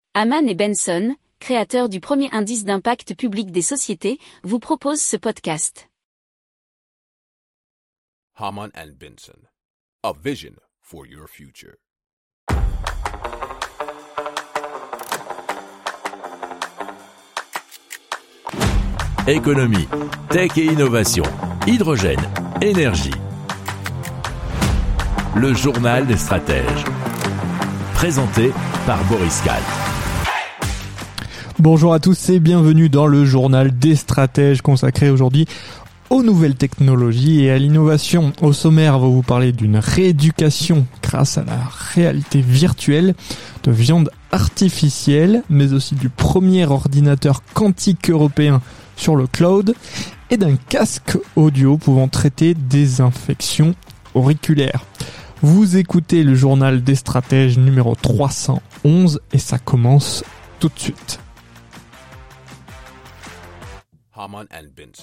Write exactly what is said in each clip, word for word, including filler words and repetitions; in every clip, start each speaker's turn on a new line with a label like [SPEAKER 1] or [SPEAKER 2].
[SPEAKER 1] Harman et Benson, créateurs du premier indice d'impact public des sociétés, vous proposent ce podcast.
[SPEAKER 2] Harman and Benson, a vision for your future.
[SPEAKER 3] Économie, tech et innovation, hydrogène, énergie. Le journal des stratèges. Présenté par Boris Kahl.
[SPEAKER 4] Bonjour à tous et bienvenue dans le journal des stratèges consacré aujourd'hui aux nouvelles technologies et à l'innovation. Au sommaire, on va vous parler d'une rééducation grâce à la réalité virtuelle, de viande artificielle, mais aussi du premier ordinateur quantique européen sur le cloud et d'un casque audio pouvant traiter des infections auriculaires. Vous écoutez le journal des stratèges numéro trois cent onze et ça commence tout de suite.
[SPEAKER 2] Harman and Benson.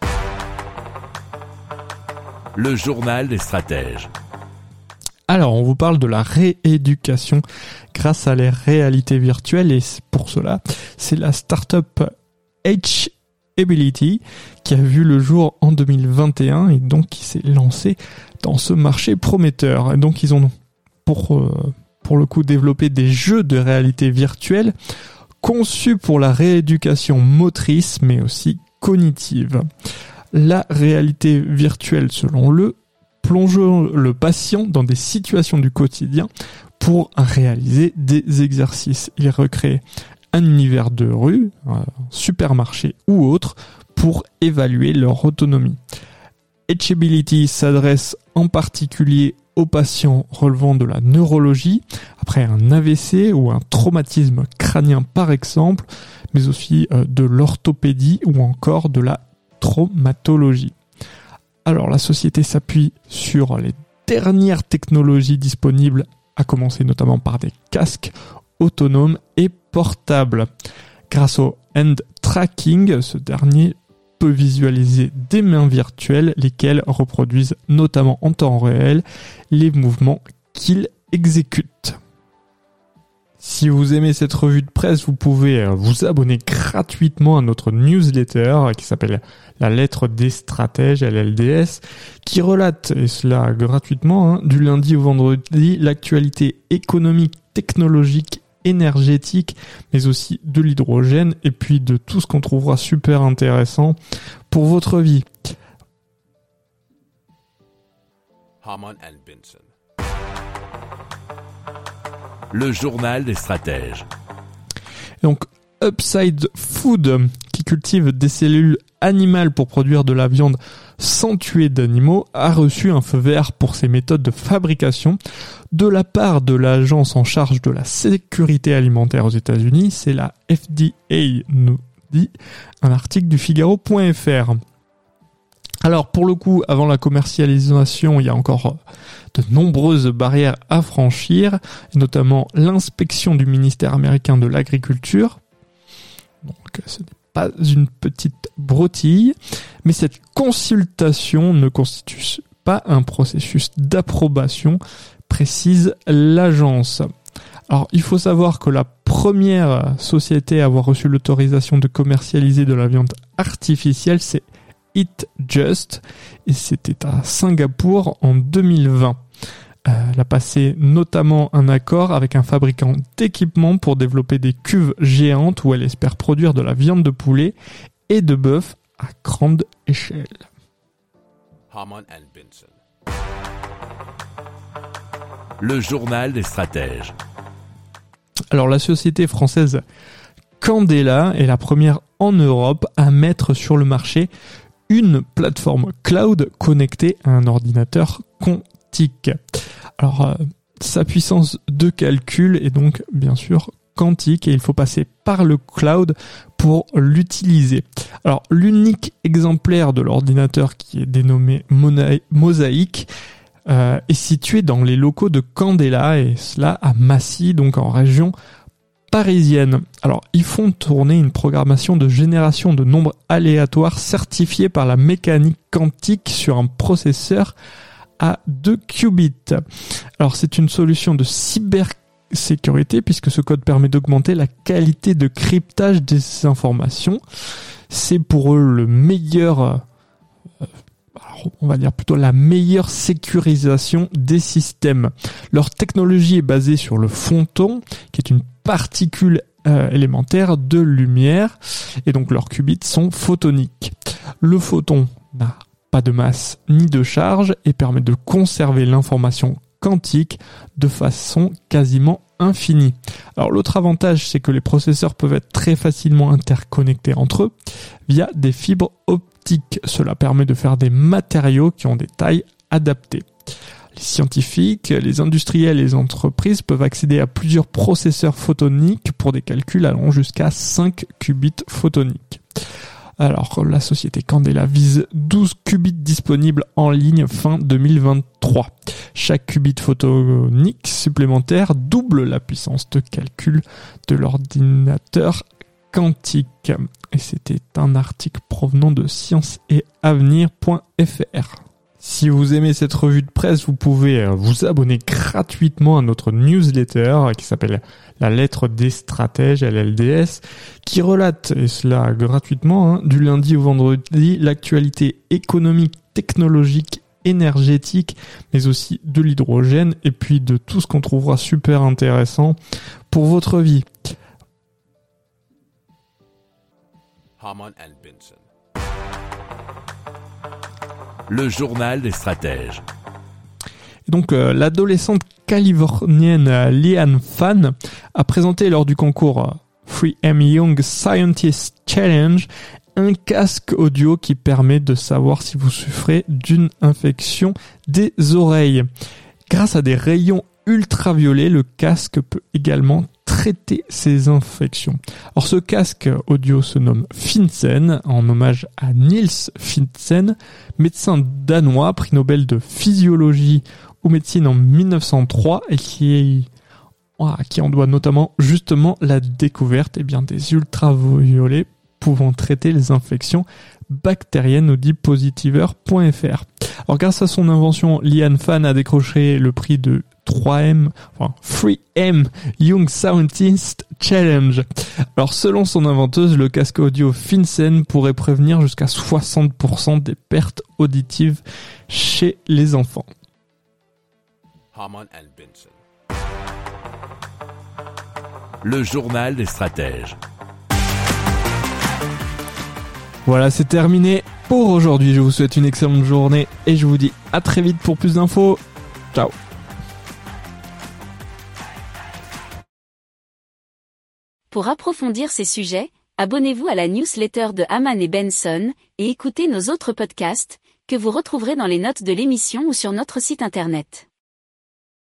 [SPEAKER 3] Le journal des stratèges.
[SPEAKER 4] Alors, on vous parle de la rééducation grâce à la réalité virtuelle et pour cela, c'est la startup H-Ability qui a vu le jour en deux mille vingt et un et donc qui s'est lancée dans ce marché prometteur. Et donc, ils ont pour, euh, pour le coup développé des jeux de réalité virtuelle conçus pour la rééducation motrice mais aussi cognitive. La réalité virtuelle, selon eux, plonge le patient dans des situations du quotidien pour réaliser des exercices. Il recrée un univers de rue, un supermarché ou autre pour évaluer leur autonomie. H-Ability s'adresse en particulier aux patients relevant de la neurologie, après un A V C ou un traumatisme crânien par exemple, mais aussi de l'orthopédie ou encore de la traumatologie. Alors la société s'appuie sur les dernières technologies disponibles, à commencer notamment par des casques autonomes et portables. Grâce au hand tracking, ce dernier peut visualiser des mains virtuelles, lesquelles reproduisent notamment en temps réel les mouvements qu'il exécute. Si vous aimez cette revue de presse, vous pouvez vous abonner gratuitement à notre newsletter qui s'appelle La Lettre des Stratèges, L L D S, qui relate, et cela gratuitement, hein, du lundi au vendredi, l'actualité économique, technologique, énergétique, mais aussi de l'hydrogène, et puis de tout ce qu'on trouvera super intéressant pour votre vie.
[SPEAKER 2] Harman and Benson.
[SPEAKER 3] Le journal des stratèges.
[SPEAKER 4] Donc, Upside Food, qui cultive des cellules animales pour produire de la viande sans tuer d'animaux, a reçu un feu vert pour ses méthodes de fabrication de la part de l'agence en charge de la sécurité alimentaire aux États-Unis. C'est la F D A, nous dit un article du Figaro point F R. Alors, pour le coup, avant la commercialisation, il y a encore de nombreuses barrières à franchir, notamment l'inspection du ministère américain de l'Agriculture. Donc, ce n'est pas une petite broutille, mais cette consultation ne constitue pas un processus d'approbation, précise l'agence. Alors, il faut savoir que la première société à avoir reçu l'autorisation de commercialiser de la viande artificielle, c'est Eat Just, et c'était à Singapour en deux mille vingt. Euh, elle a passé notamment un accord avec un fabricant d'équipements pour développer des cuves géantes où elle espère produire de la viande de poulet et de bœuf à grande échelle.
[SPEAKER 2] Harman and Benson.
[SPEAKER 3] Le journal des stratèges.
[SPEAKER 4] Alors la société française Candela est la première en Europe à mettre sur le marché une plateforme cloud connectée à un ordinateur quantique. Alors, euh, sa puissance de calcul est donc bien sûr quantique et il faut passer par le cloud pour l'utiliser. Alors, l'unique exemplaire de l'ordinateur qui est dénommé Mona- Mosaic euh, est situé dans les locaux de Candela et cela à Massy, donc en région parisienne. Alors, ils font tourner une programmation de génération de nombres aléatoires certifiée par la mécanique quantique sur un processeur à deux qubits. Alors, c'est une solution de cyber sécurité puisque ce code permet d'augmenter la qualité de cryptage des informations. C'est pour eux le meilleur, euh, alors on va dire plutôt la meilleure sécurisation des systèmes. Leur technologie est basée sur le photon, qui est une particule euh, élémentaire de lumière, et donc leurs qubits sont photoniques. Le photon n'a pas de masse ni de charge et permet de conserver l'information quantique de façon quasiment infinie. Alors l'autre avantage, c'est que les processeurs peuvent être très facilement interconnectés entre eux via des fibres optiques. Cela permet de faire des matériaux qui ont des tailles adaptées. Les scientifiques, les industriels et les entreprises peuvent accéder à plusieurs processeurs photoniques pour des calculs allant jusqu'à cinq qubits photoniques. Alors, la société Candela vise douze qubits disponibles en ligne fin deux mille vingt-trois. Chaque qubit photonique supplémentaire double la puissance de calcul de l'ordinateur quantique. Et c'était un article provenant de science et avenir point f r. Si vous aimez cette revue de presse, vous pouvez vous abonner gratuitement à notre newsletter qui s'appelle La lettre des stratèges, L L D S, qui relate, et cela gratuitement, hein, du lundi au vendredi, l'actualité économique, technologique, énergétique, mais aussi de l'hydrogène, et puis de tout ce qu'on trouvera super intéressant pour votre vie.
[SPEAKER 2] Harman and Benson.
[SPEAKER 3] Le journal des stratèges.
[SPEAKER 4] Et donc, euh, l'adolescente californienne euh, Leanne Fan a présenté lors du concours euh, three M Young Scientist Challenge un casque audio qui permet de savoir si vous souffrez d'une infection des oreilles. Grâce à des rayons ultraviolets, le casque peut également traiter ces infections. Alors ce casque audio se nomme Finsen, en hommage à Niels Finsen, médecin danois, prix Nobel de physiologie ou médecine en mille neuf cent trois et qui est à qui on doit notamment justement la découverte eh bien, des ultraviolets pouvant traiter les infections bactériennes, nous dit positiveur point f r. Alors grâce à son invention, Leanne Fan a décroché le prix de trois M, enfin three M Young Scientist Challenge. Alors selon son inventeuse, le casque audio Finsen pourrait prévenir jusqu'à soixante pour cent des pertes auditives chez les enfants.
[SPEAKER 2] Harman and Benson.
[SPEAKER 3] Le journal des stratèges.
[SPEAKER 4] Voilà, c'est terminé pour aujourd'hui. Je vous souhaite une excellente journée et je vous dis à très vite pour plus d'infos. Ciao.
[SPEAKER 1] Pour approfondir ces sujets, abonnez-vous à la newsletter de Harman et Benson et écoutez nos autres podcasts que vous retrouverez dans les notes de l'émission ou sur notre site internet.